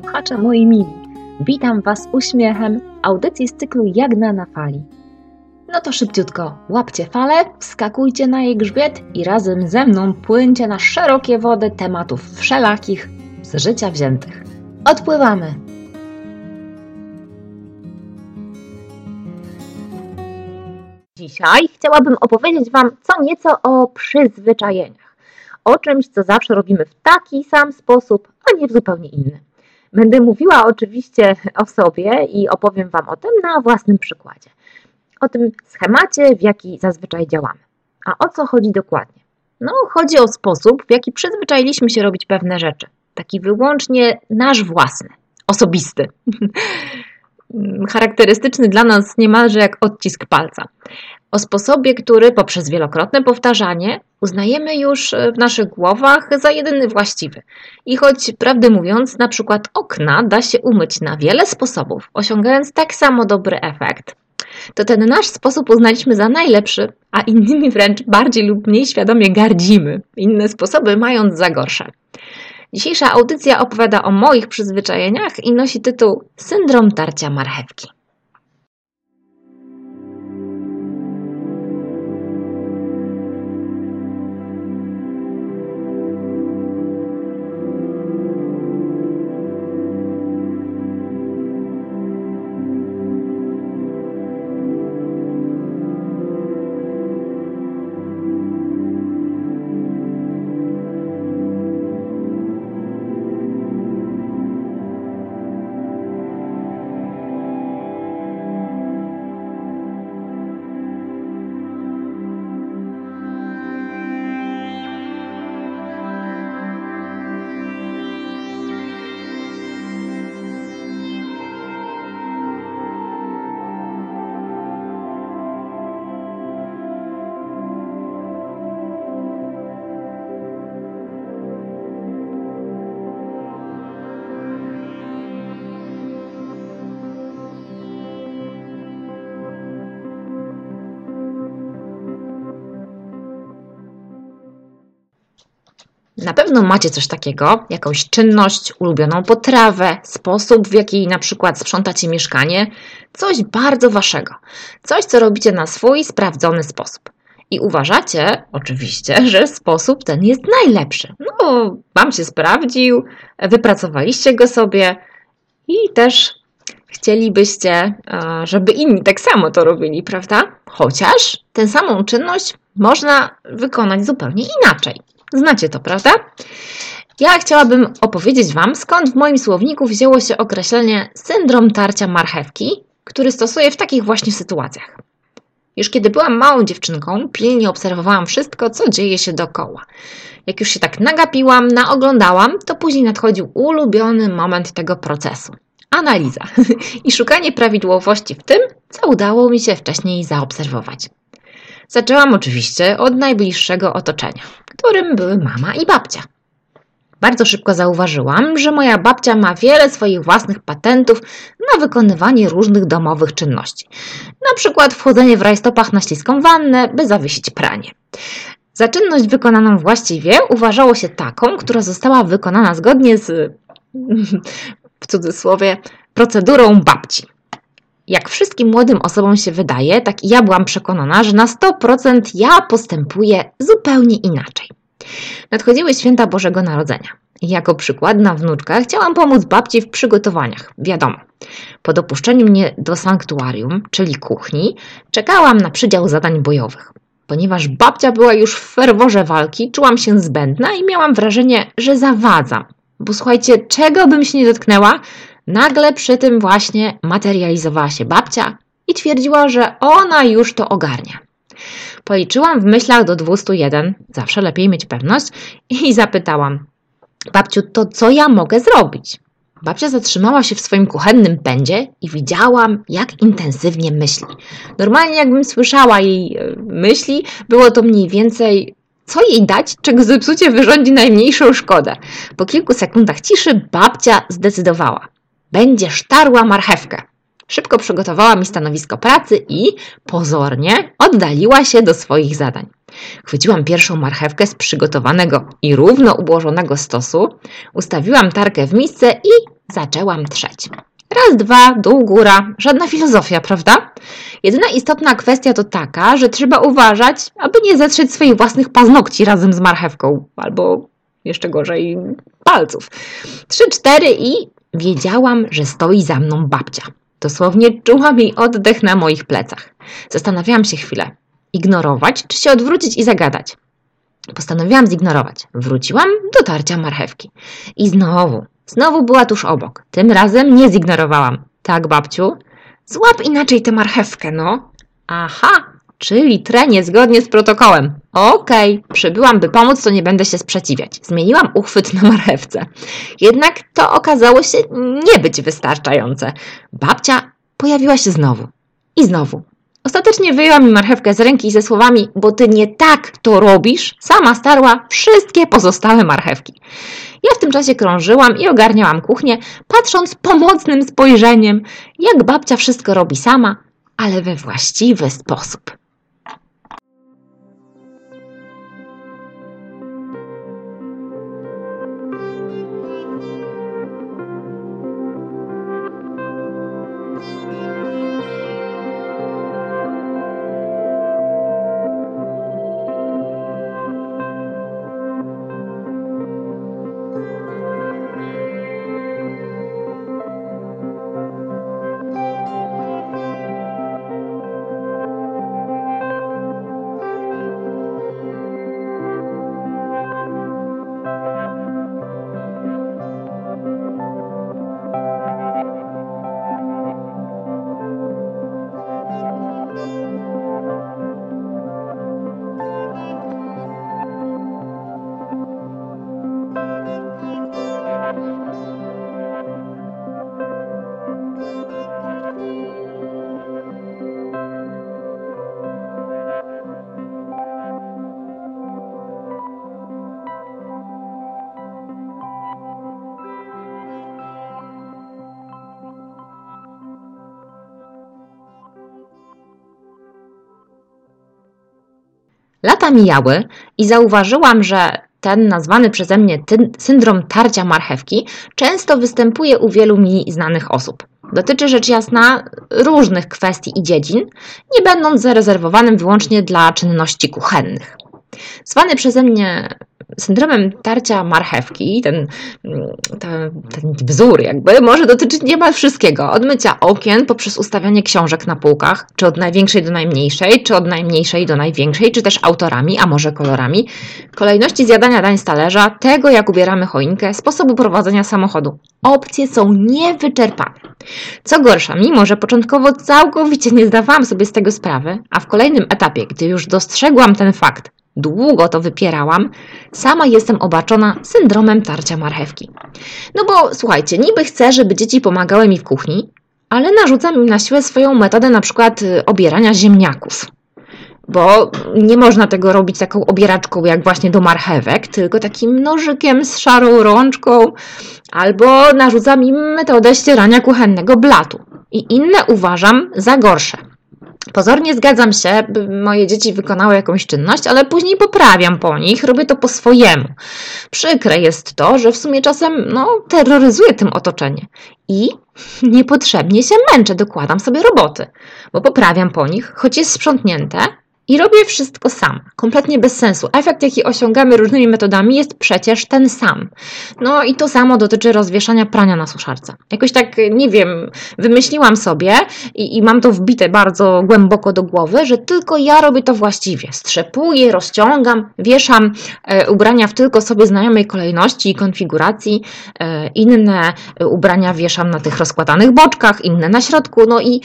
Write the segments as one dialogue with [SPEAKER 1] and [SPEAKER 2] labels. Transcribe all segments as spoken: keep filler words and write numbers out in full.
[SPEAKER 1] słuchacze moi mili, witam Was uśmiechem audycji z cyklu Jagna na fali. No to szybciutko, łapcie falę, wskakujcie na jej grzbiet i razem ze mną płyńcie na szerokie wody tematów wszelakich z życia wziętych. Odpływamy! Dzisiaj chciałabym opowiedzieć Wam co nieco o przyzwyczajeniach. O czymś, co zawsze robimy w taki sam sposób, a nie w zupełnie inny. Będę mówiła oczywiście o sobie i opowiem Wam o tym na własnym przykładzie. O tym schemacie, w jaki zazwyczaj działamy. A o co chodzi dokładnie? No, chodzi o sposób, w jaki przyzwyczailiśmy się robić pewne rzeczy. Taki wyłącznie nasz własny, osobisty. Charakterystyczny dla nas niemalże jak odcisk palca. O sposobie, który poprzez wielokrotne powtarzanie uznajemy już w naszych głowach za jedyny właściwy. I choć prawdę mówiąc, na przykład okna da się umyć na wiele sposobów, osiągając tak samo dobry efekt, to ten nasz sposób uznaliśmy za najlepszy, a innymi wręcz bardziej lub mniej świadomie gardzimy, inne sposoby mając za gorsze. Dzisiejsza audycja opowiada o moich przyzwyczajeniach i nosi tytuł Syndrom tarcia marchewki. Na pewno macie coś takiego, jakąś czynność, ulubioną potrawę, sposób, w jaki na przykład sprzątacie mieszkanie, coś bardzo waszego, coś, co robicie na swój sprawdzony sposób. I uważacie, oczywiście, że sposób ten jest najlepszy. No, wam się sprawdził, wypracowaliście go sobie i też chcielibyście, żeby inni tak samo to robili, prawda? Chociaż tę samą czynność można wykonać zupełnie inaczej. Znacie to, prawda? Ja chciałabym opowiedzieć Wam, skąd w moim słowniku wzięło się określenie syndrom tarcia marchewki, który stosuję w takich właśnie sytuacjach. Już kiedy byłam małą dziewczynką, pilnie obserwowałam wszystko, co dzieje się dookoła. Jak już się tak nagapiłam, naoglądałam, to później nadchodził ulubiony moment tego procesu. Analiza i szukanie prawidłowości w tym, co udało mi się wcześniej zaobserwować. Zaczęłam oczywiście od najbliższego otoczenia, którym były mama i babcia. Bardzo szybko zauważyłam, że moja babcia ma wiele swoich własnych patentów na wykonywanie różnych domowych czynności. Na przykład wchodzenie w rajstopach na śliską wannę, by zawiesić pranie. Za czynność wykonaną właściwie uważało się taką, która została wykonana zgodnie z, w cudzysłowie, procedurą babci. Jak wszystkim młodym osobom się wydaje, tak i ja byłam przekonana, że na sto procent ja postępuję zupełnie inaczej. Nadchodziły święta Bożego Narodzenia. Jako przykładna wnuczka chciałam pomóc babci w przygotowaniach. Wiadomo, po dopuszczeniu mnie do sanktuarium, czyli kuchni, czekałam na przydział zadań bojowych. Ponieważ babcia była już w ferworze walki, czułam się zbędna i miałam wrażenie, że zawadzam. Bo słuchajcie, czego bym się nie dotknęła, nagle przy tym właśnie materializowała się babcia i twierdziła, że ona już to ogarnia. Policzyłam w myślach do dwustu jeden, zawsze lepiej mieć pewność, i zapytałam: babciu, to co ja mogę zrobić? Babcia zatrzymała się w swoim kuchennym pędzie i widziałam, jak intensywnie myśli. Normalnie jakbym słyszała jej myśli, było to mniej więcej: co jej dać, czego zepsucie wyrządzi najmniejszą szkodę? Po kilku sekundach ciszy babcia zdecydowała: będziesz tarła marchewkę. Szybko przygotowała mi stanowisko pracy i pozornie oddaliła się do swoich zadań. Chwyciłam pierwszą marchewkę z przygotowanego i równo ułożonego stosu, ustawiłam tarkę w misce i Zaczęłam trzeć. Raz, dwa, dół, góra. Żadna filozofia, prawda? Jedyna istotna kwestia to taka, że trzeba uważać, aby nie zetrzeć swoich własnych paznokci razem z marchewką. Albo jeszcze gorzej palców. Trzy, cztery i wiedziałam, że stoi za mną babcia. Dosłownie czułam jej oddech na moich plecach. Zastanawiałam się chwilę. Ignorować, czy się odwrócić i zagadać? Postanowiłam zignorować. Wróciłam do tarcia marchewki. I znowu, znowu była tuż obok. Tym razem nie zignorowałam. Tak, babciu? Złap inaczej tę marchewkę, no. Aha, czyli trenie zgodnie z protokołem. Okej, okay. Przybyłam, by pomóc, to nie będę się sprzeciwiać. Zmieniłam uchwyt na marchewce. Jednak to okazało się nie być wystarczające. Babcia pojawiła się znowu. I znowu. Ostatecznie wyjęła mi marchewkę z ręki i ze słowami, bo ty nie tak to robisz, sama starła wszystkie pozostałe marchewki. Ja w tym czasie krążyłam i ogarniałam kuchnię, patrząc pomocnym spojrzeniem, jak babcia wszystko robi sama, ale we właściwy sposób. Lata mijały i zauważyłam, że ten nazwany przeze mnie syndrom tarcia marchewki często występuje u wielu mi znanych osób. Dotyczy rzecz jasna różnych kwestii i dziedzin, nie będąc zarezerwowanym wyłącznie dla czynności kuchennych. Zwany przeze mnie syndromem tarcia marchewki, ten, ten, ten wzór jakby, może dotyczyć niemal wszystkiego. Od mycia okien, poprzez ustawianie książek na półkach, czy od największej do najmniejszej, czy od najmniejszej do największej, czy też autorami, a może kolorami, kolejności zjadania dań z talerza, tego jak ubieramy choinkę, sposobu prowadzenia samochodu. Opcje są niewyczerpane. Co gorsza, mimo że początkowo całkowicie nie zdawałam sobie z tego sprawy, a w kolejnym etapie, gdy już dostrzegłam ten fakt, długo to wypierałam, sama jestem obarczona syndromem tarcia marchewki. No bo słuchajcie, niby chcę, żeby dzieci pomagały mi w kuchni, ale narzucam im na siłę swoją metodę na przykład obierania ziemniaków. Bo nie można tego robić taką obieraczką jak właśnie do marchewek, tylko takim nożykiem z szarą rączką, albo narzucam im metodę ścierania kuchennego blatu. I inne uważam za gorsze. Pozornie zgadzam się, by moje dzieci wykonały jakąś czynność, ale później poprawiam po nich, robię to po swojemu. Przykre jest to, że w sumie czasem no, terroryzuję tym otoczenie i niepotrzebnie się męczę, dokładam sobie roboty, bo poprawiam po nich, choć jest sprzątnięte i robię wszystko sam, kompletnie bez sensu. Efekt, jaki osiągamy różnymi metodami, jest przecież ten sam. No i to samo dotyczy rozwieszania prania na suszarce. Jakoś tak, nie wiem, wymyśliłam sobie i, i mam to wbite bardzo głęboko do głowy, że tylko ja robię to właściwie. Strzepuję, rozciągam, wieszam e, ubrania w tylko sobie znajomej kolejności i konfiguracji. E, inne ubrania wieszam na tych rozkładanych boczkach, inne na środku, no i...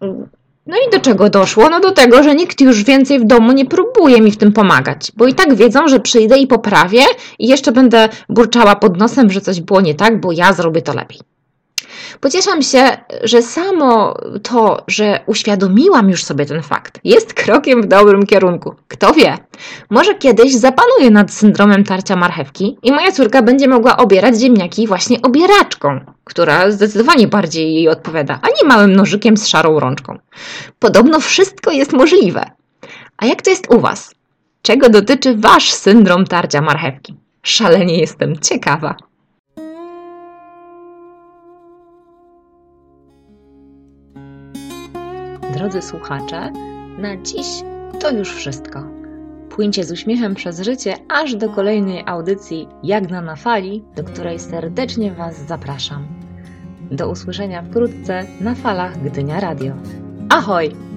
[SPEAKER 1] No i do czego doszło? No do tego, że nikt już więcej w domu nie próbuje mi w tym pomagać, bo i tak wiedzą, że przyjdę i poprawię i jeszcze będę burczała pod nosem, że coś było nie tak, bo ja zrobię to lepiej. Pocieszam się, że samo to, że uświadomiłam już sobie ten fakt, jest krokiem w dobrym kierunku. Kto wie, może kiedyś zapanuję nad syndromem tarcia marchewki i moja córka będzie mogła obierać ziemniaki właśnie obieraczką, która zdecydowanie bardziej jej odpowiada, a nie małym nożykiem z szarą rączką. Podobno wszystko jest możliwe. A jak to jest u Was? Czego dotyczy Wasz syndrom tarcia marchewki? Szalenie jestem ciekawa. Drodzy słuchacze, na dziś to już wszystko. Płyńcie z uśmiechem przez życie aż do kolejnej audycji Jagna na fali, do której serdecznie Was zapraszam. Do usłyszenia wkrótce na falach Gdynia Radio. Ahoj!